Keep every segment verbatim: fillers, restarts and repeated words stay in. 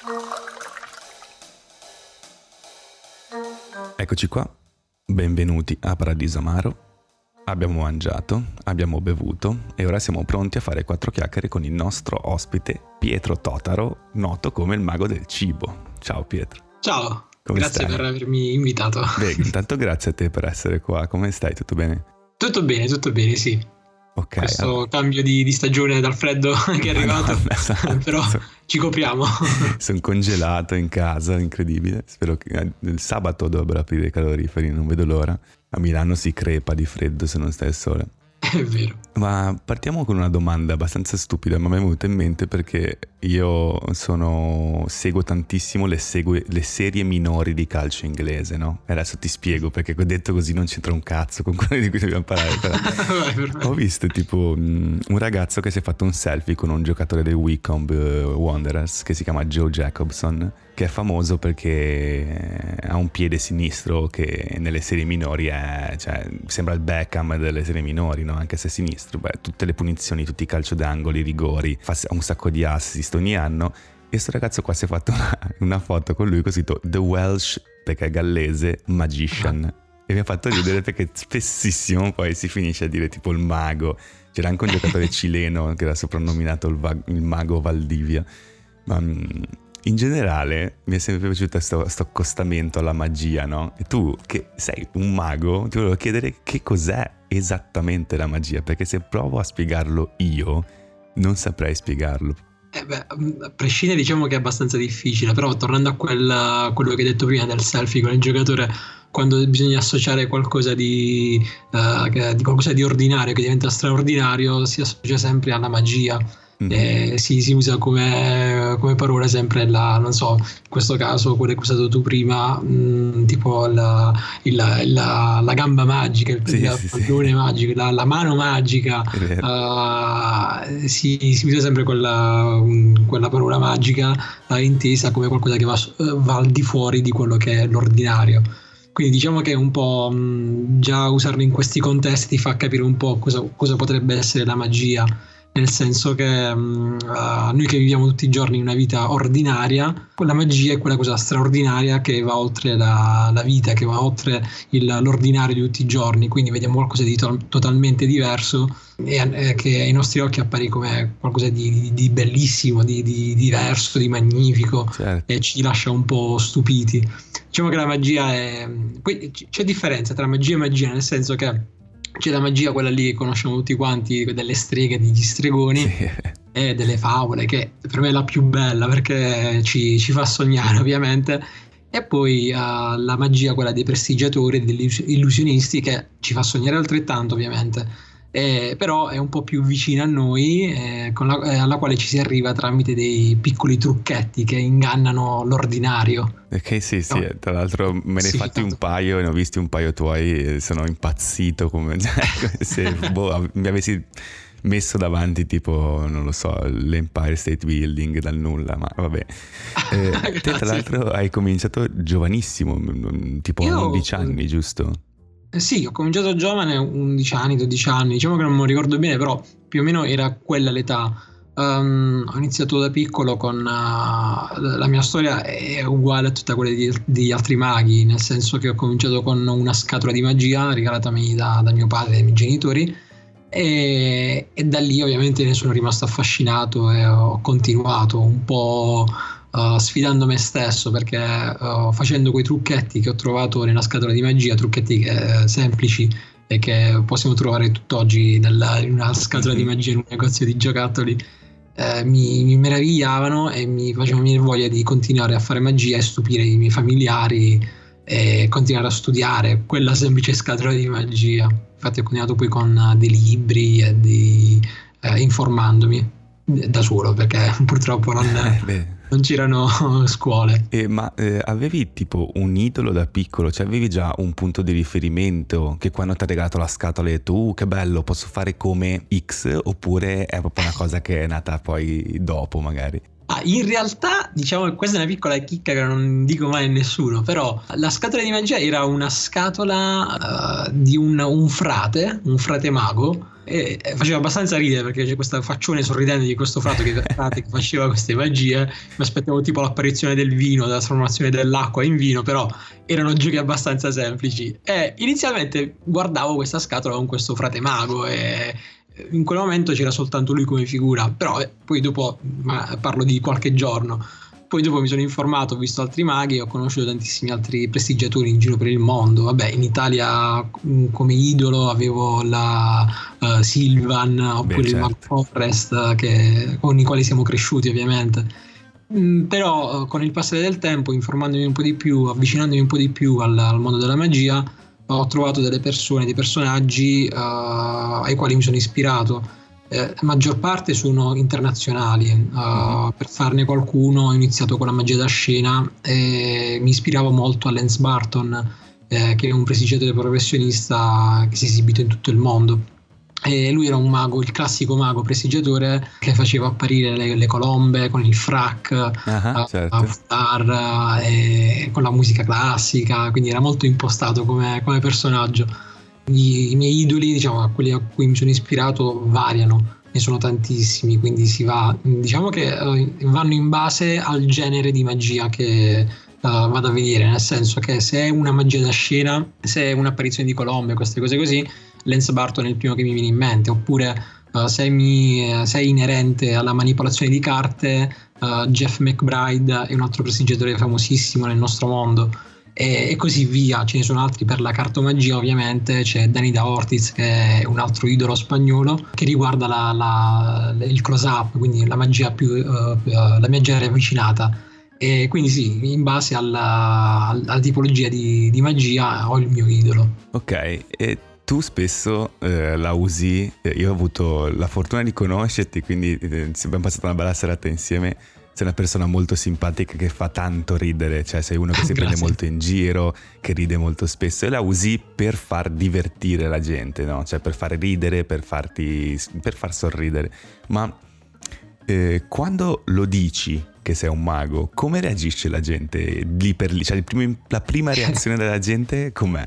Eccoci qua, benvenuti a Paradiso Amaro. Abbiamo mangiato, abbiamo bevuto e ora siamo pronti a fare quattro chiacchiere con il nostro ospite Pietro Totaro, noto come il mago del cibo. Ciao Pietro. Ciao, come grazie stai? per avermi invitato. Beh, intanto grazie a te per essere qua, come stai? Tutto bene? Tutto bene, tutto bene, sì. Ok. Questo allora. cambio di, di stagione dal freddo che è arrivato, Madonna, esatto. però ci copriamo. Sono congelato in casa, incredibile. Spero che il sabato dovrebbero aprire i caloriferi, non vedo l'ora. A Milano si crepa di freddo se non stai al sole. È vero. Ma partiamo con una domanda abbastanza stupida, ma mi è venuta in mente perché io sono seguo tantissimo le, segue, le serie minori di calcio inglese, no? E adesso ti spiego perché ho detto così non c'entra un cazzo con quello di cui dobbiamo parlare. Però ho visto tipo un ragazzo che si è fatto un selfie con un giocatore del Wycombe Wanderers che si chiama Joe Jacobson, che è famoso perché ha un piede sinistro che nelle serie minori è, cioè, sembra il Beckham delle serie minori, no? Anche se è sinistro, beh, tutte le punizioni, tutti i calcio d'angolo, i rigori, fa un sacco di assist ogni anno. E sto ragazzo qua si è fatto una, una foto con lui così, The Welsh, perché è gallese, Magician. E mi ha fatto ridere perché spessissimo poi si finisce a dire tipo il mago. C'era anche un giocatore cileno che era soprannominato il, va- il mago Valdivia. Ma in generale mi è sempre piaciuto questo accostamento alla magia, no? E tu che sei un mago ti volevo chiedere che cos'è esattamente la magia, perché se provo a spiegarlo io non saprei spiegarlo. Eh beh, a prescindere diciamo che è abbastanza difficile, però tornando a quel, quello che hai detto prima del selfie con il giocatore, quando bisogna associare qualcosa di, uh, di qualcosa di ordinario che diventa straordinario, si associa sempre alla magia. Mm-hmm. Eh, si, si usa come, come parola sempre la, non so, in questo caso quello che hai usato tu prima, mh, tipo la, il, la, la gamba magica, il, sì, il sì, pallone sì. magico, la, la mano magica, uh, si, si usa sempre quella, quella parola magica uh, intesa come qualcosa che va, va al di fuori di quello che è l'ordinario. Quindi diciamo che un po' mh, già usarlo in questi contesti fa capire un po' cosa, cosa potrebbe essere la magia. Nel senso che um, uh, noi che viviamo tutti i giorni una vita ordinaria, la magia è quella cosa straordinaria che va oltre la, la vita, che va oltre il, l'ordinario di tutti i giorni, quindi vediamo qualcosa di to- totalmente diverso e, e che ai nostri occhi appare come qualcosa di, di bellissimo, di, di diverso, di magnifico, certo. E ci lascia un po' stupiti. Diciamo che la magia è... Poi c'è differenza tra magia e magia, nel senso che c'è la magia, quella lì che conosciamo tutti quanti, delle streghe, degli stregoni, sì. E delle favole, che per me è la più bella perché ci, ci fa sognare ovviamente. E poi uh, la magia, quella dei prestigiatori, degli illusionisti, che ci fa sognare altrettanto ovviamente. Eh, però è un po' più vicina a noi, eh, con la, eh, alla quale ci si arriva tramite dei piccoli trucchetti che ingannano l'ordinario. Ok, sì, sì, no. Tra l'altro me ne hai sì, fatti tanto. Un paio e ne ho visti un paio tuoi e sono impazzito come se boh, mi avessi messo davanti tipo, non lo so, l'Empire State Building dal nulla, ma vabbè. Eh, te tra l'altro hai cominciato giovanissimo, tipo Io... a undici anni, giusto? Sì, ho cominciato giovane, undici anni, dodici anni, diciamo che non me lo ricordo bene, però più o meno era quella l'età. Um, ho iniziato da piccolo con uh, la mia storia è uguale a tutta quella di, di altri maghi, nel senso che ho cominciato con una scatola di magia regalatami da, da mio padre e dai miei genitori e, e da lì ovviamente ne sono rimasto affascinato e ho continuato un po' Uh, sfidando me stesso, perché uh, facendo quei trucchetti che ho trovato nella scatola di magia, trucchetti che, eh, semplici e che possiamo trovare tutt'oggi nella, in una scatola mm-hmm. di magia in un negozio di giocattoli, eh, mi, mi meravigliavano e mi facevano venire voglia di continuare a fare magia e stupire i miei familiari e continuare a studiare quella semplice scatola di magia. Infatti ho continuato poi con uh, dei libri e di, uh, informandomi da solo, perché purtroppo non... Eh, non c'erano scuole. Eh, ma eh, avevi tipo un idolo da piccolo? Cioè avevi già un punto di riferimento che quando ti ha regalato la scatola hai detto uh, che bello, posso fare come X? Oppure è proprio una cosa che è nata poi dopo magari? Ah, in realtà diciamo che questa è una piccola chicca che non dico mai a nessuno, però la scatola di magia era una scatola uh, di un, un frate, un frate mago E faceva abbastanza ridere perché c'è questa faccione sorridente di questo frate che, frate che faceva queste magie. Mi aspettavo tipo l'apparizione del vino, della trasformazione dell'acqua in vino, però erano giochi abbastanza semplici. E inizialmente guardavo questa scatola con questo frate mago e in quel momento c'era soltanto lui come figura, però poi dopo, ma parlo di qualche giorno, poi dopo mi sono informato, ho visto altri maghi e ho conosciuto tantissimi altri prestigiatori in giro per il mondo. Vabbè, in Italia come idolo avevo la uh, Sylvan oppure Beh, certo. il Mago Forrest, che, con i quali siamo cresciuti ovviamente. Mm, però uh, con il passare del tempo, informandomi un po' di più, avvicinandomi un po' di più al, al mondo della magia, ho trovato delle persone, dei personaggi uh, ai quali mi sono ispirato. Eh, la maggior parte sono internazionali. Uh, per farne qualcuno ho iniziato con la magia da scena e mi ispiravo molto a Lance Barton, eh, che è un prestigiatore professionista che si è esibito in tutto il mondo. E lui era un mago, il classico mago prestigiatore che faceva apparire le, le colombe con il frac, uh-huh, uh, certo. star, e con la musica classica, quindi era molto impostato come, come personaggio. I, I miei idoli, diciamo, a quelli a cui mi sono ispirato variano, ne sono tantissimi, quindi si va, diciamo che uh, vanno in base al genere di magia che uh, vado a vedere, nel senso che se è una magia da scena, se è un'apparizione di colombe, queste cose così, Lance Barton è il primo che mi viene in mente, oppure uh, se, mi, se è inerente alla manipolazione di carte, uh, Jeff McBride è un altro prestigiatore famosissimo nel nostro mondo. E, e così via. Ce ne sono altri per la cartomagia, ovviamente c'è Dani da Ortiz, che è un altro idolo spagnolo che riguarda la, la, il close up, quindi la magia più uh, la magia ravvicinata. E quindi sì, in base alla, alla tipologia di, di magia ho il mio idolo. Ok, e tu spesso eh, la usi, io ho avuto la fortuna di conoscerti, quindi eh, abbiamo passato una bella serata insieme. Sei una persona molto simpatica che fa tanto ridere, cioè sei uno che si prende molto in giro, che ride molto spesso, e la usi per far divertire la gente, no? Cioè per far ridere, per farti, per far sorridere. Ma eh, quando lo dici che sei un mago, come reagisce la gente lì per lì? Cioè il primo, la prima reazione della gente com'è?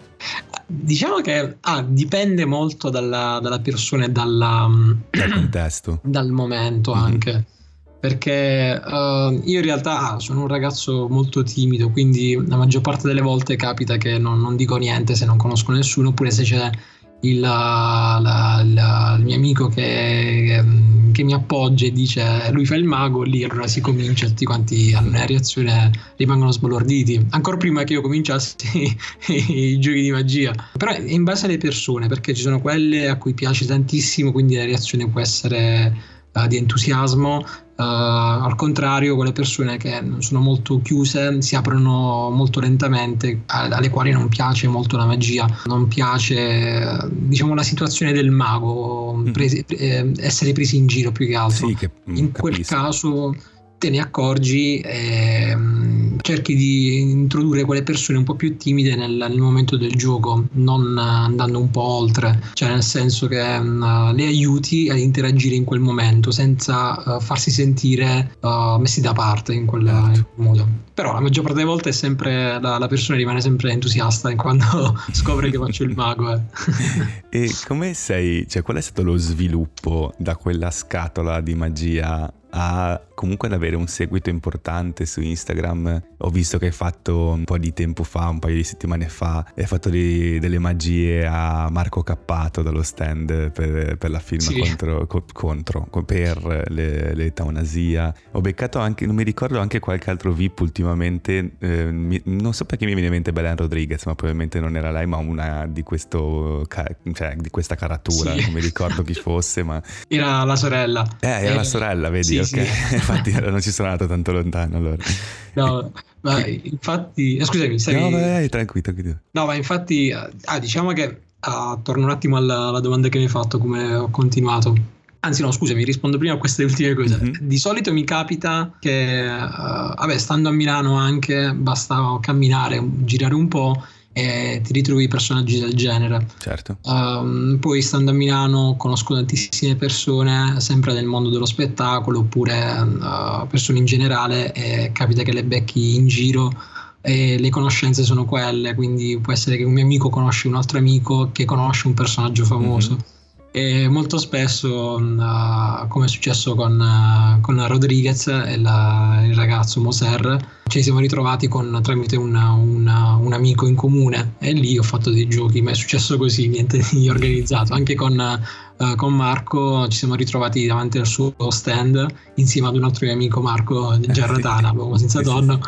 Diciamo che ah, dipende molto dalla, dalla persona e dalla, dal contesto, dal momento mm-hmm. anche. Perché uh, io in realtà sono un ragazzo molto timido, quindi la maggior parte delle volte capita che non, non dico niente se non conosco nessuno, oppure se c'è il, la, la, la, il mio amico che, che mi appoggia e dice lui fa il mago, lì allora si comincia, tutti quanti hanno una reazione, rimangono sbalorditi ancora prima che io cominciassi i giochi di magia. Però è in base alle persone, perché ci sono quelle a cui piace tantissimo, quindi la reazione può essere uh, di entusiasmo. Uh, al contrario, quelle persone che sono molto chiuse si aprono molto lentamente, alle quali non piace molto la magia, non piace, diciamo, la situazione del mago, presi, eh, essere presi in giro più che altro. Sì, che, in capisco. Quel caso te ne accorgi e um, cerchi di introdurre quelle persone un po' più timide nel, nel momento del gioco, non uh, andando un po' oltre, cioè nel senso che uh, le aiuti ad interagire in quel momento senza uh, farsi sentire uh, messi da parte in quel, in quel modo. Però la maggior parte delle volte è sempre la, la persona rimane sempre entusiasta quando scopre che faccio il mago. Eh. E come sei, cioè qual è stato lo sviluppo da quella scatola di magia a comunque ad avere un seguito importante su Instagram? Ho visto che hai fatto un po' di tempo fa, un paio di settimane fa, hai fatto di, delle magie a Marco Cappato dallo stand per, per la film sì. contro, contro per le, l'eutanasia. Ho beccato anche, non mi ricordo, anche qualche altro V I P ultimamente, eh, mi, non so perché mi viene in mente Belen Rodriguez, ma probabilmente non era lei, ma una di questo, cioè di questa caratura, sì. non mi ricordo chi fosse, ma era la sorella. Eh, era eh, la sorella, vedi? Sì, ok, sì. Infatti non ci sono andato tanto lontano allora. No, ma infatti, eh, scusami, stai... No, vai, tranquillo, tranquillo. No, ma infatti, ah, diciamo che ah, torno un attimo alla, alla domanda che mi hai fatto, come ho continuato. Anzi no, scusami, rispondo prima a queste ultime cose. Mm-hmm. Di solito mi capita che, uh, vabbè, stando a Milano anche, basta camminare, girare un po' e ti ritrovi personaggi del genere. Certo. Um, poi stando a Milano conosco tantissime persone sempre del mondo dello spettacolo, oppure uh, persone in generale, e capita che le becchi in giro e le conoscenze sono quelle, quindi può essere che un mio amico conosce un altro amico che conosce un personaggio famoso. Mm-hmm. E molto spesso, uh, come è successo con, uh, con Rodriguez e la, il ragazzo Moser, ci siamo ritrovati con, tramite una, una, un amico in comune, e lì ho fatto dei giochi, ma è successo così, niente di organizzato. Anche con, uh, con Marco ci siamo ritrovati davanti al suo stand insieme ad un altro mio amico, Marco Giarratana, l'uomo senza tonno,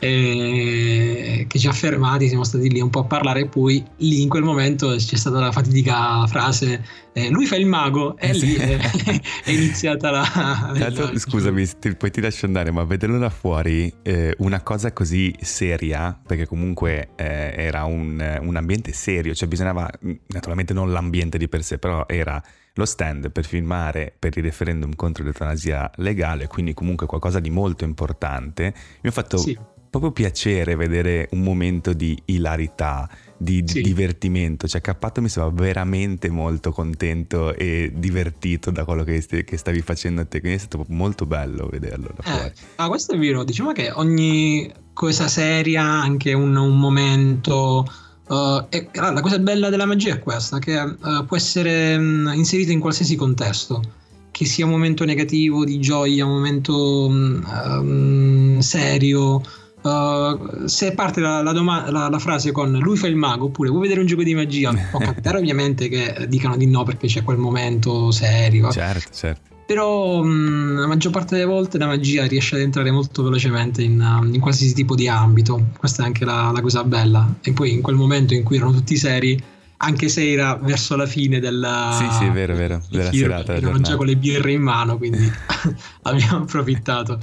e che ci ha fermati, siamo stati lì un po' a parlare, e poi lì in quel momento c'è stata la fatidica frase eh, lui fa il mago, e lì è, è iniziata la, Tanto, la scusami, ti, poi ti lascio andare, ma vederlo da fuori, eh, una cosa così seria, perché comunque eh, era un, un ambiente serio, cioè bisognava, naturalmente non l'ambiente di per sé, però era lo stand per filmare per il referendum contro l'eutanasia legale, quindi comunque qualcosa di molto importante. Mi ha fatto sì. proprio piacere vedere un momento di ilarità, di, di sì. divertimento, cioè Cappato mi sembrava veramente molto contento e divertito da quello che, st- che stavi facendo a te, quindi è stato molto bello vederlo da fuori. Eh, ah, questo è vero, diciamo che ogni cosa seria, anche un, un momento... Uh, e, la cosa bella della magia è questa, che uh, può essere um, inserita in qualsiasi contesto, che sia un momento negativo, di gioia, un momento um, serio. Uh, se parte la, la, doma- la, la frase con lui fa il mago, oppure vuoi vedere un gioco di magia, può capitare ovviamente che dicano di no perché c'è quel momento serio, certo certo però mh, la maggior parte delle volte la magia riesce ad entrare molto velocemente in, in qualsiasi tipo di ambito. Questa è anche la, la cosa bella. E poi in quel momento in cui erano tutti seri, anche se era verso la fine della sì sì è vero vero della giro, serata, erano già con le birre in mano, quindi abbiamo approfittato,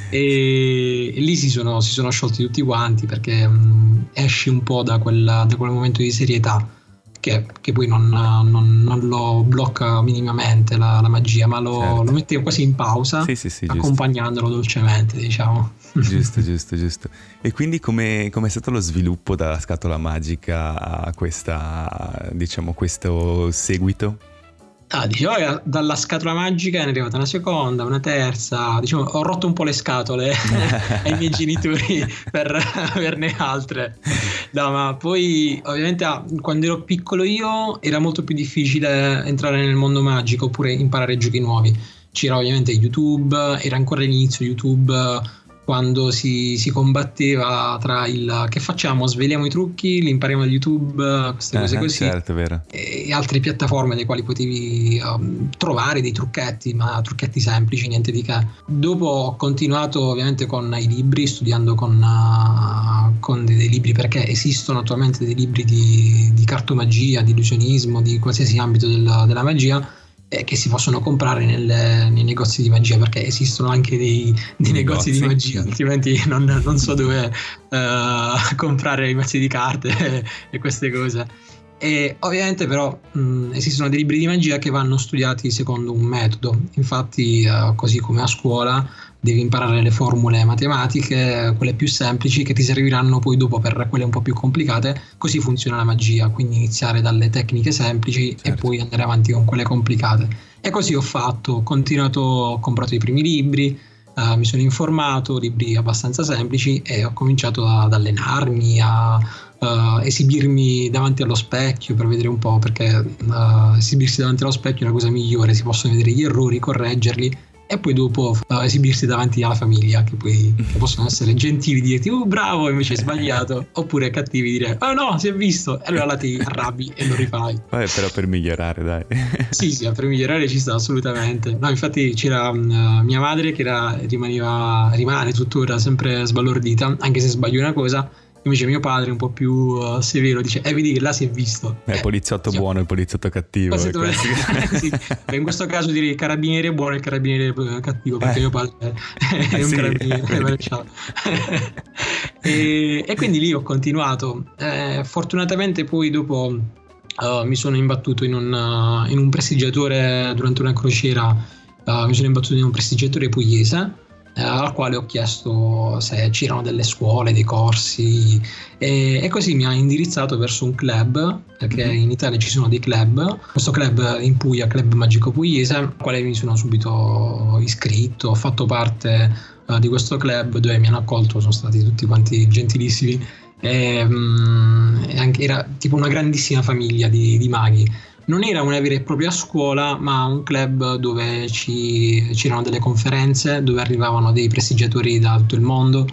e, e lì si sono, si sono sciolti tutti quanti, perché mh, esci un po' da, quella, da quel momento di serietà che, che poi non, non, non lo blocca minimamente la, la magia, ma lo, certo. lo mette quasi in pausa, sì, sì, sì, accompagnandolo giusto. dolcemente, diciamo. Giusto, giusto, giusto. E quindi come è stato lo sviluppo dalla scatola magica a questa, diciamo, questo seguito? Ah, diciamo, dalla scatola magica è arrivata una seconda, una terza, diciamo, ho rotto un po' le scatole ai miei genitori per averne altre. No, ma poi ovviamente ah, quando ero piccolo io era molto più difficile entrare nel mondo magico oppure imparare giochi nuovi. C'era ovviamente YouTube, era ancora l'inizio YouTube, quando si, si combatteva tra il che facciamo, sveliamo i trucchi, li impariamo da YouTube, queste cose uh-huh, così, certo, vero. E altre piattaforme nei quali potevi um, trovare dei trucchetti, ma trucchetti semplici, niente di che. Dopo ho continuato ovviamente con i libri, studiando con, uh, con dei, dei libri, perché esistono attualmente dei libri di, di cartomagia, di illusionismo, di qualsiasi ambito del, della magia, eh, che si possono comprare nelle, nei negozi di magia, perché esistono anche dei, dei negozi di magia, altrimenti non, non so dove uh, comprare i mazzi di carte e, e queste cose. E ovviamente però mh, esistono dei libri di magia che vanno studiati secondo un metodo. Infatti uh, così come a scuola devi imparare le formule matematiche, quelle più semplici, che ti serviranno poi dopo per quelle un po' più complicate. Così funziona la magia, quindi iniziare dalle tecniche semplici, certo, e poi andare avanti con quelle complicate. E così ho fatto, ho continuato, ho comprato i primi libri, uh, mi sono informato, libri abbastanza semplici, e ho cominciato ad allenarmi, a uh, esibirmi davanti allo specchio per vedere un po', perché uh, esibirsi davanti allo specchio è la cosa migliore, si possono vedere gli errori, correggerli, e poi dopo uh, esibirsi davanti alla famiglia, che poi che possono essere gentili, dirti oh bravo, invece hai sbagliato, oppure cattivi, dire oh no, si è visto, e allora là ti arrabbi e lo rifai. Vabbè, però per migliorare, dai. Sì, sì, per migliorare ci sta assolutamente. No, infatti c'era uh, mia madre che era, rimaneva, rimane tuttora sempre sbalordita, anche se sbaglio una cosa. Invece mio padre, un po' più uh, severo, dice eh vedi che là si è visto. È eh, poliziotto sì, buono e poliziotto cattivo. Poliziotto sì. In questo caso direi il carabiniere buono e il carabiniere cattivo, perché eh. mio padre è, è un sì, carabiniere. e, e quindi lì ho continuato. Eh, fortunatamente poi dopo uh, mi sono imbattuto in un, uh, in un prestigiatore durante una crociera, uh, mi sono imbattuto in un prestigiatore pugliese, al quale ho chiesto se c'erano delle scuole, dei corsi, e, e così mi ha indirizzato verso un club, perché in Italia ci sono dei club. Questo club in Puglia, Club Magico Pugliese, al quale mi sono subito iscritto, ho fatto parte uh, di questo club, dove mi hanno accolto, sono stati tutti quanti gentilissimi, e, um, e anche, era tipo una grandissima famiglia di, di maghi. non era una vera e propria scuola, ma un club dove ci, c'erano delle conferenze, dove arrivavano dei prestigiatori da tutto il mondo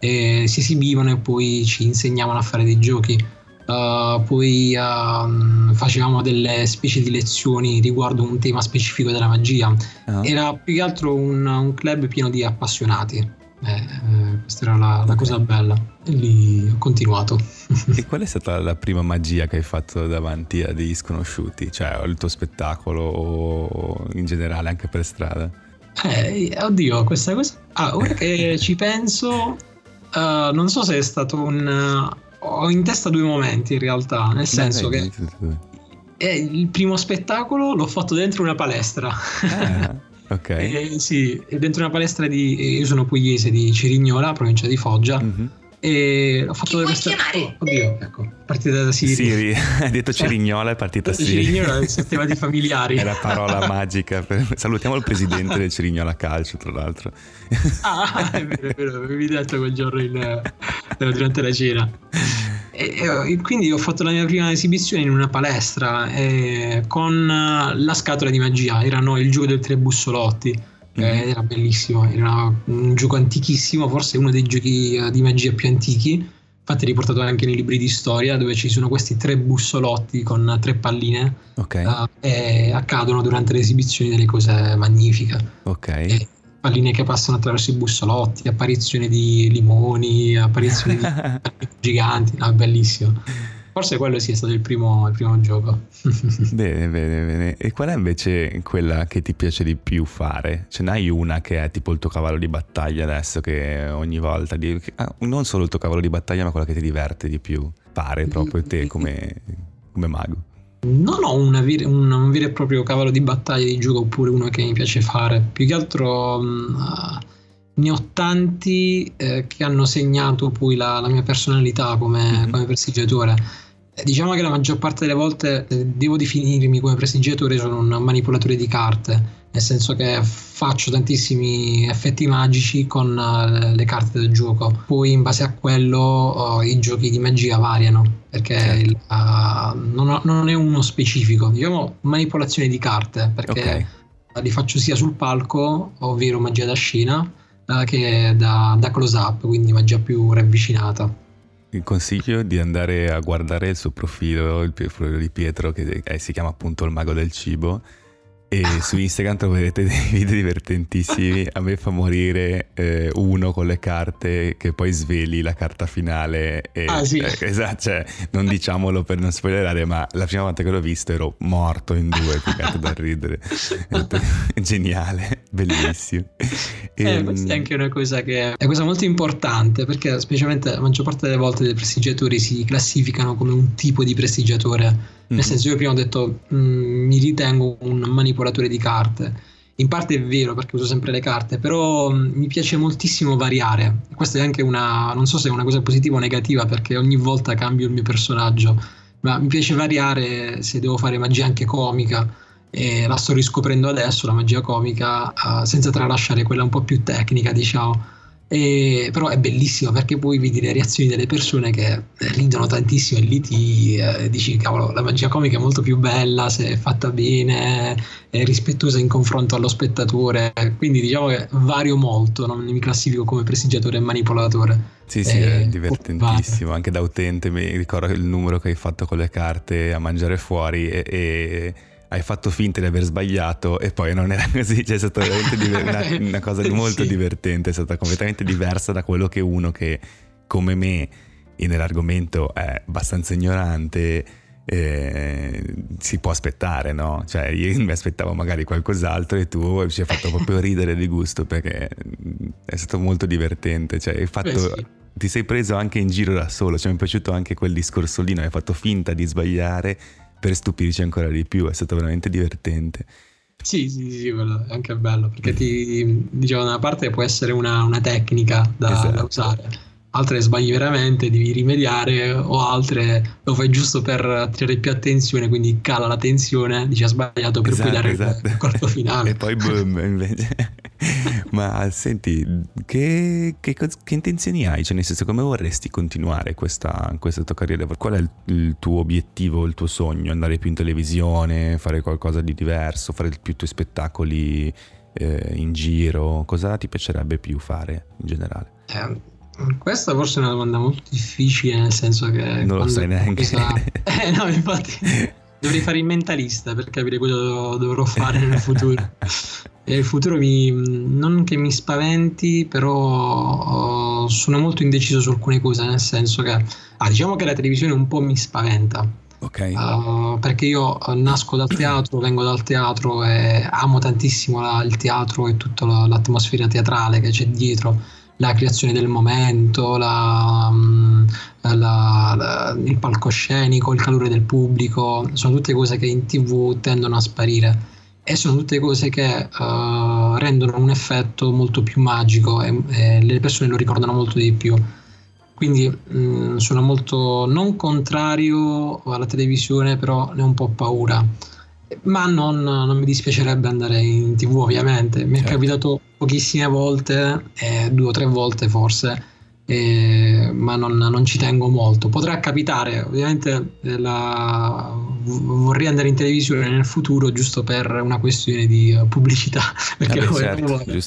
e si esibivano e poi ci insegnavano a fare dei giochi. Uh, poi uh, facevamo delle specie di lezioni riguardo un tema specifico della magia. Uh-huh. Era più che altro un, un club pieno di appassionati. Eh, eh, questa era la, la cosa bella, e lì ho continuato. E qual è stata la prima magia che hai fatto davanti a degli sconosciuti? Cioè il tuo spettacolo o in generale anche per strada? Eh, oddio, questa cosa... Ah, ora che ci penso, uh, non so se è stato un... Uh, ho in testa due momenti in realtà, nel senso dai, dai, che eh, il primo spettacolo l'ho fatto dentro una palestra. Ah, ok. eh, sì, dentro una palestra di... Io sono pugliese, di Cirignola, provincia di Foggia. Mm-hmm. E ho fatto questa... Oh, oddio, ecco, partita da Siri. Siri, hai detto Cirignola, è partita Siri. Cirignola è il tema di familiari. È la parola magica. Per... Salutiamo il presidente del Cirignola Calcio, tra l'altro. Ah, è vero, è vero, avevi detto quel giorno in, durante la cena. E, e quindi ho fatto la mia prima esibizione in una palestra eh, con la scatola di magia. Erano il gioco dei tre bussolotti. Eh, era bellissimo, era un gioco antichissimo, forse uno dei giochi di magia più antichi, infatti riportato anche nei libri di storia, dove ci sono questi tre bussolotti con tre palline. Okay. uh, e accadono durante le esibizioni delle cose magnifiche. Okay. E palline che passano attraverso i bussolotti, apparizioni di limoni, apparizioni di giganti, no, bellissimo. Forse quello sì è stato il primo, il primo gioco. Bene, bene, bene. E qual è invece quella che ti piace di più fare? Ce n'hai una che è tipo il tuo cavallo di battaglia adesso, che ogni volta... Di... Ah, non solo il tuo cavallo di battaglia, ma quella che ti diverte di più fare proprio te come, come mago? Non ho una vir- un, un vero e proprio cavallo di battaglia di gioco, oppure uno che mi piace fare. Più che altro... Uh, ne ho tanti eh, che hanno segnato poi la, la mia personalità come, mm-hmm. come prestigiatore. Eh, diciamo che la maggior parte delle volte eh, devo definirmi come prestigiatore, sono un manipolatore di carte, nel senso che faccio tantissimi effetti magici con uh, le carte del gioco. Poi in base a quello uh, i giochi di magia variano, perché certo. il, uh, non, ho, non è uno specifico, diciamo manipolazione di carte, perché okay. li faccio sia sul palco, ovvero magia da scena, che da, da close up, quindi magia più ravvicinata. Il consiglio di andare a guardare il suo profilo, il profilo di Pietro, che è, si chiama appunto il mago del cibo, e su Instagram troverete dei video divertentissimi. A me fa morire eh, uno con le carte che poi sveli la carta finale e, ah sì eh, esatto, cioè, non diciamolo per non spoilerare, ma la prima volta che l'ho visto ero morto in due, piccato da ridere. È geniale, bellissimo. E, eh, questa è anche una cosa che è cosa molto importante, perché specialmente la maggior parte delle volte dei prestigiatori si classificano come un tipo di prestigiatore. Nel senso, io prima ho detto mh, mi ritengo un manipolatore di carte. In parte è vero, perché uso sempre le carte, però mh, mi piace moltissimo variare. Questa è anche una, non so se è una cosa positiva o negativa, perché ogni volta cambio il mio personaggio, ma mi piace variare se devo fare magia anche comica, e la sto riscoprendo adesso, la magia comica, uh, senza tralasciare quella un po' più tecnica, diciamo. E, però è bellissimo, perché poi vedi le reazioni delle persone che ridono tantissimo e lì ti eh, dici cavolo, la magia comica è molto più bella se è fatta bene, è rispettosa in confronto allo spettatore, quindi diciamo che vario molto, non mi classifico come prestigiatore e manipolatore. Sì, sì, è divertentissimo. Anche da utente mi ricordo il numero che hai fatto con le carte a mangiare fuori e, e hai fatto finta di aver sbagliato e poi non era così, cioè è stata veramente diver- una, una cosa molto sì. divertente, è stata completamente diversa da quello che uno che come me e nell'argomento è abbastanza ignorante eh, si può aspettare, no? Cioè io mi aspettavo magari qualcos'altro e tu ci hai fatto proprio ridere di gusto, perché è stato molto divertente, cioè hai fatto... Beh, sì. Ti sei preso anche in giro da solo, cioè mi è piaciuto anche quel discorso lì, no? Hai fatto finta di sbagliare per stupirci ancora di più, è stato veramente divertente. Sì, sì, sì, quello è anche bello, perché ti diciamo, da una parte può essere una, una tecnica da, esatto. da usare, altre sbagli veramente, devi rimediare, o altre lo fai giusto per attirare più attenzione, quindi cala la tensione, dici ha sbagliato per esatto, poi dare esatto. il corto finale. E poi boom, invece. Ma senti, che, che, che intenzioni hai? Cioè, nel senso, come vorresti continuare questa, questa tua carriera? Qual è il, il tuo obiettivo, il tuo sogno? Andare più in televisione, fare qualcosa di diverso, fare più tuoi spettacoli eh, in giro? Cosa ti piacerebbe più fare in generale? Eh, questa forse è una domanda molto difficile, nel senso che non lo sai neanche. Cosa... eh no, infatti dovrei fare il mentalista per capire cosa dovrò fare nel futuro. E il futuro mi, non che mi spaventi, però uh, sono molto indeciso su alcune cose, nel senso che ah, diciamo che la televisione un po' mi spaventa. Ok. Uh, perché io nasco dal teatro, vengo dal teatro e amo tantissimo la, il teatro e tutta la, l'atmosfera teatrale che c'è dietro, la creazione del momento, la, la, la, il palcoscenico, il calore del pubblico, sono tutte cose che in tivù tendono a sparire e sono tutte cose che uh, rendono un effetto molto più magico e, e le persone lo ricordano molto di più. Quindi mh, sono molto non contrario alla televisione, però ne ho un po' paura. Ma non, non mi dispiacerebbe andare in tivù, ovviamente. Mi certo. è capitato pochissime volte, eh, due o tre volte forse, eh, ma non, non ci tengo molto. Potrà capitare, ovviamente eh, la, vorrei andare in televisione nel futuro giusto per una questione di uh, pubblicità. Perché eh beh, poi, certo, poi,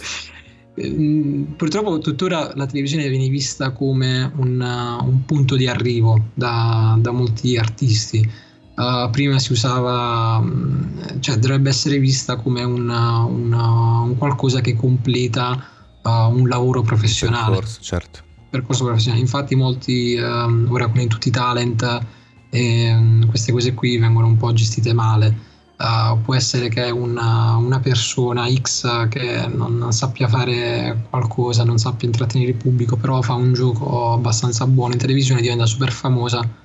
purtroppo tuttora la televisione viene vista come un, un punto di arrivo da, da molti artisti. Uh, prima si usava, cioè dovrebbe essere vista come una, una, un qualcosa che completa uh, un lavoro professionale. Percorso, certo. Percorso professionale. Infatti molti, um, ora con i tutti i talent, eh, queste cose qui vengono un po' gestite male. Uh, può essere che una, una persona X che non sappia fare qualcosa, non sappia intrattenere il pubblico, però fa un gioco abbastanza buono in televisione, diventa super famosa.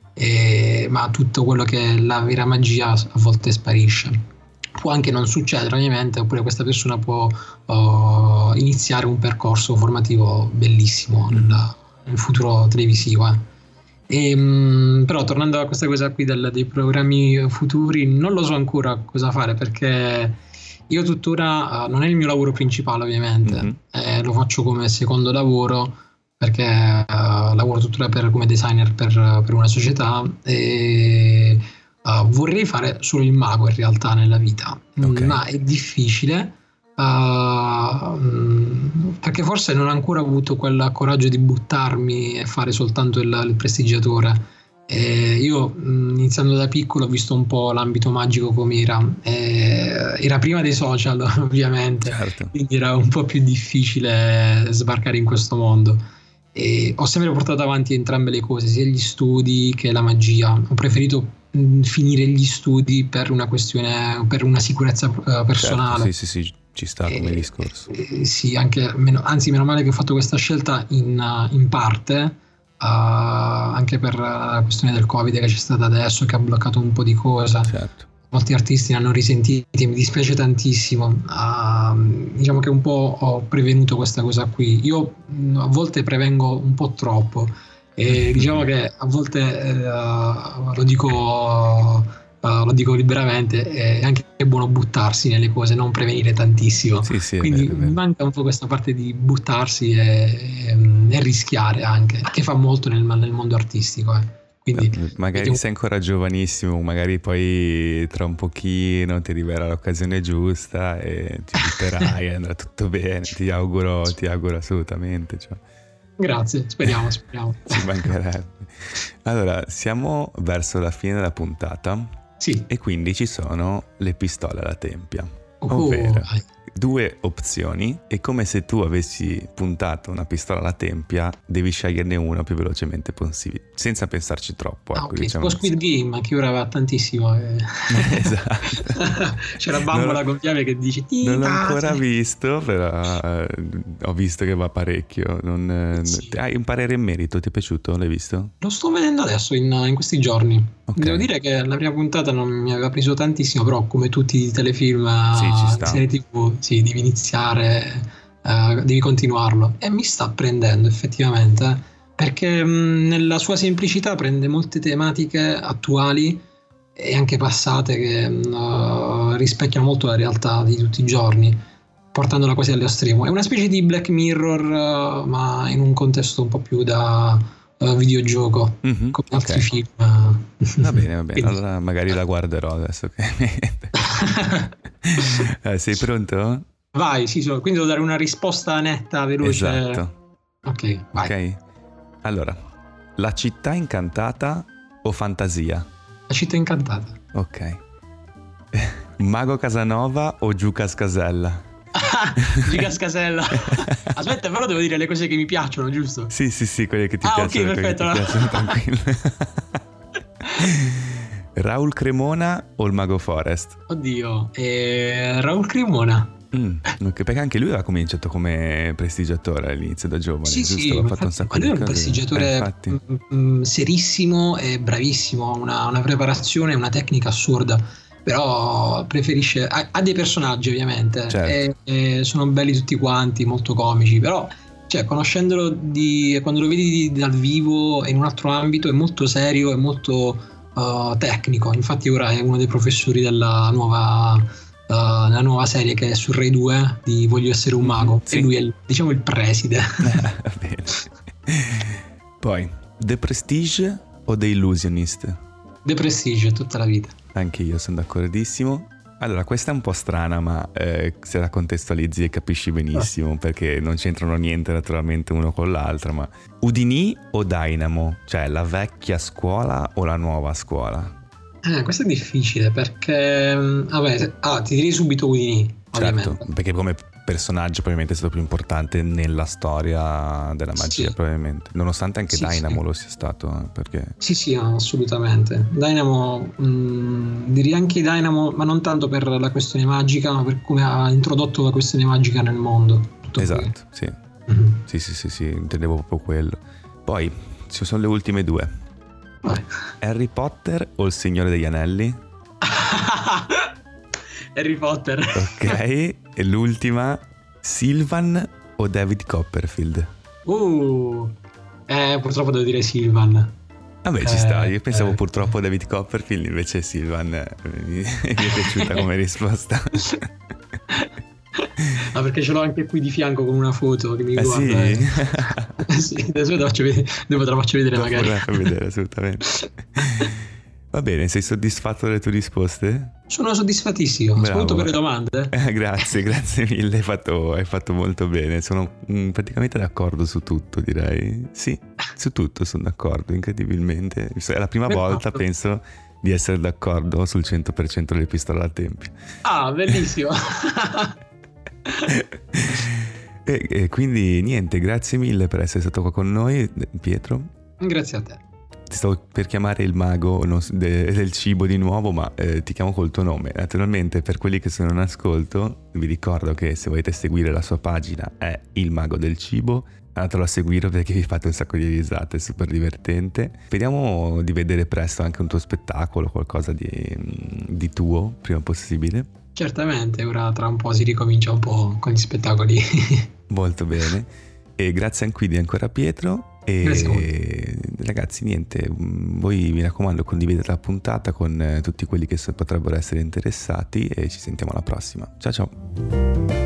E, ma tutto quello che è la vera magia a volte sparisce. Può anche non succedere ovviamente, oppure questa persona può uh, iniziare un percorso formativo bellissimo nel, nel futuro televisivo eh. E, mh, però tornando a questa cosa qui del, dei programmi futuri, non lo so ancora cosa fare, perché io tuttora uh, non è il mio lavoro principale ovviamente, mm-hmm. eh, lo faccio come secondo lavoro, perché uh, lavoro tuttora per, come designer per, per una società e uh, vorrei fare solo il mago in realtà nella vita, okay. Ma è difficile uh, perché forse non ho ancora avuto quel coraggio di buttarmi e fare soltanto il, il prestigiatore. E io iniziando da piccolo ho visto un po' l'ambito magico com'era, e era prima dei social ovviamente, certo. Quindi era un po' più difficile sbarcare in questo mondo. E ho sempre portato avanti entrambe le cose, sia gli studi che la magia. Ho preferito mh, finire gli studi per una questione, per una sicurezza uh, personale. Certo, sì, sì, sì, ci sta come e, discorso. E, sì, anche meno, anzi, meno male che ho fatto questa scelta in, uh, in parte, uh, anche per la questione del Covid che c'è stata adesso, che ha bloccato un po' di cose. Certo. Molti artisti ne hanno risentiti, mi dispiace tantissimo. Uh, diciamo che un po' ho prevenuto questa cosa qui. Io mh, a volte prevengo un po' troppo e diciamo che a volte uh, lo dico uh, lo dico liberamente, è anche buono buttarsi nelle cose, non prevenire tantissimo. Sì, sì, quindi è vero, è vero. Mi manca un po' questa parte di buttarsi e, e, e rischiare anche, che fa molto nel, nel mondo artistico eh. Quindi, magari vediamo... sei ancora giovanissimo, magari poi tra un pochino ti arriverà l'occasione giusta e ti butterai e andrà tutto bene, ti auguro, ti auguro assolutamente, cioè. Grazie, speriamo, speriamo. Ci mancherebbe. Allora, siamo verso la fine della puntata, sì. E quindi ci sono le pistole alla tempia, oh, ovvero ai. due opzioni, è come se tu avessi puntato una pistola alla tempia, devi sceglierne una più velocemente possibile, senza pensarci troppo. Ah, ecco, okay. Diciamo tipo Squid Game, che ora va tantissimo. Eh. Esatto. C'è la bambola con chiave che dice non l'ho ancora visto, però eh, ho visto che va parecchio. Non, sì. Hai un parere in merito? Ti è piaciuto? L'hai visto? Lo sto vedendo adesso in, in questi giorni. Okay. Devo dire che la prima puntata non mi aveva preso tantissimo, però come tutti i telefilm, sì, ci sta. serie tivù, sì, devi iniziare, uh, devi continuarlo, e mi sta prendendo effettivamente, perché mh, nella sua semplicità prende molte tematiche attuali e anche passate che uh, rispecchiano molto la realtà di tutti i giorni, portandola quasi all'estremo. È una specie di Black Mirror, uh, ma in un contesto un po' più da uh, videogioco, mm-hmm, come altri okay. film. Va bene, va bene. Allora magari la guarderò adesso. eh, sei pronto? Vai, sì, so. Quindi devo dare una risposta netta, veloce. Esatto. Ok, vai. Ok. Allora, La città incantata o Fantasia? La città incantata. Ok. Mago Casanova o Giucas Casella? Giucas Casella. Aspetta, però devo dire le cose che mi piacciono, giusto? Sì, sì, sì, quelle che ti ah, piacciono. Ah, ok, perfetto. Che ti piacciono, tranquillo. Raul Cremona o il Mago Forest? Oddio, eh, Raul Cremona. Mm, okay, perché anche lui aveva cominciato come prestigiatore all'inizio da giovane. Sì, giusto? sì, aveva infatti, fatto un sacco lui di è un cose. prestigiatore eh, m- m- serissimo e bravissimo, una, una preparazione, una tecnica assurda, però preferisce, ha, ha dei personaggi ovviamente, certo. e, e sono belli tutti quanti, molto comici, però cioè, conoscendolo di, quando lo vedi dal vivo in un altro ambito è molto serio, è molto uh, tecnico, infatti ora è uno dei professori della nuova... Uh, la nuova serie che è su Rai due di Voglio essere un mago, sì. E lui è il, diciamo il preside. Bene. Poi The Prestige o The Illusionist? The Prestige tutta la vita. Anche io sono d'accordissimo. Allora, questa è un po' strana, ma eh, se la contestualizzi e capisci benissimo, oh. perché non c'entrano niente naturalmente uno con l'altra, ma Udinì o Dynamo? Cioè la vecchia scuola o la nuova scuola? Eh, questo è difficile perché vabbè, ah, ti direi subito Udinì, ovviamente. Certo, perché come personaggio probabilmente è stato più importante nella storia della magia, sì. probabilmente, nonostante anche sì, Dynamo sì. lo sia stato, perché sì sì no, assolutamente Dynamo, mh, direi anche Dynamo, ma non tanto per la questione magica, ma per come ha introdotto la questione magica nel mondo. Tutto esatto, sì. Mm-hmm. sì sì sì sì intendevo proprio quello. Poi ci sono le ultime due. Vai. Harry Potter o il Signore degli Anelli? Harry Potter. Ok, e l'ultima, Sylvan o David Copperfield? Uh, eh, purtroppo devo dire Sylvan. Vabbè, eh, ci sta, io pensavo eh. purtroppo David Copperfield, invece Sylvan eh, mi, mi è piaciuta come risposta. Ah, perché ce l'ho anche qui di fianco con una foto che mi ah, guarda. Sì? Eh. Sì, adesso te la faccio vedere, dopo te la faccio vedere dopo magari. La fai vedere, assolutamente. Va bene, sei soddisfatto delle tue risposte? Sono soddisfattissimo, soprattutto per le domande. Eh, grazie, grazie mille, hai fatto, hai fatto molto bene. Sono mh, praticamente d'accordo su tutto, direi. Sì, su tutto sono d'accordo, incredibilmente. È la prima volta, fatto. penso, di essere d'accordo sul cento per cento delle pistole al tempio. Ah, bellissimo. e, e quindi niente, grazie mille per essere stato qua con noi, Pietro. Grazie a te. Ti stavo per chiamare il mago non, de, del cibo di nuovo, ma eh, ti chiamo col tuo nome. Naturalmente, per quelli che sono in ascolto, vi ricordo che se volete seguire la sua pagina è Il Mago del Cibo. Andatelo a seguire perché vi fate un sacco di risate, è super divertente. Speriamo di vedere presto anche un tuo spettacolo, qualcosa di, di tuo, prima possibile. Certamente, ora tra un po' si ricomincia un po' con gli spettacoli. Molto bene. E grazie anche di ancora Pietro. E ragazzi, niente, voi mi raccomando condividete la puntata con tutti quelli che potrebbero essere interessati e ci sentiamo alla prossima. Ciao ciao.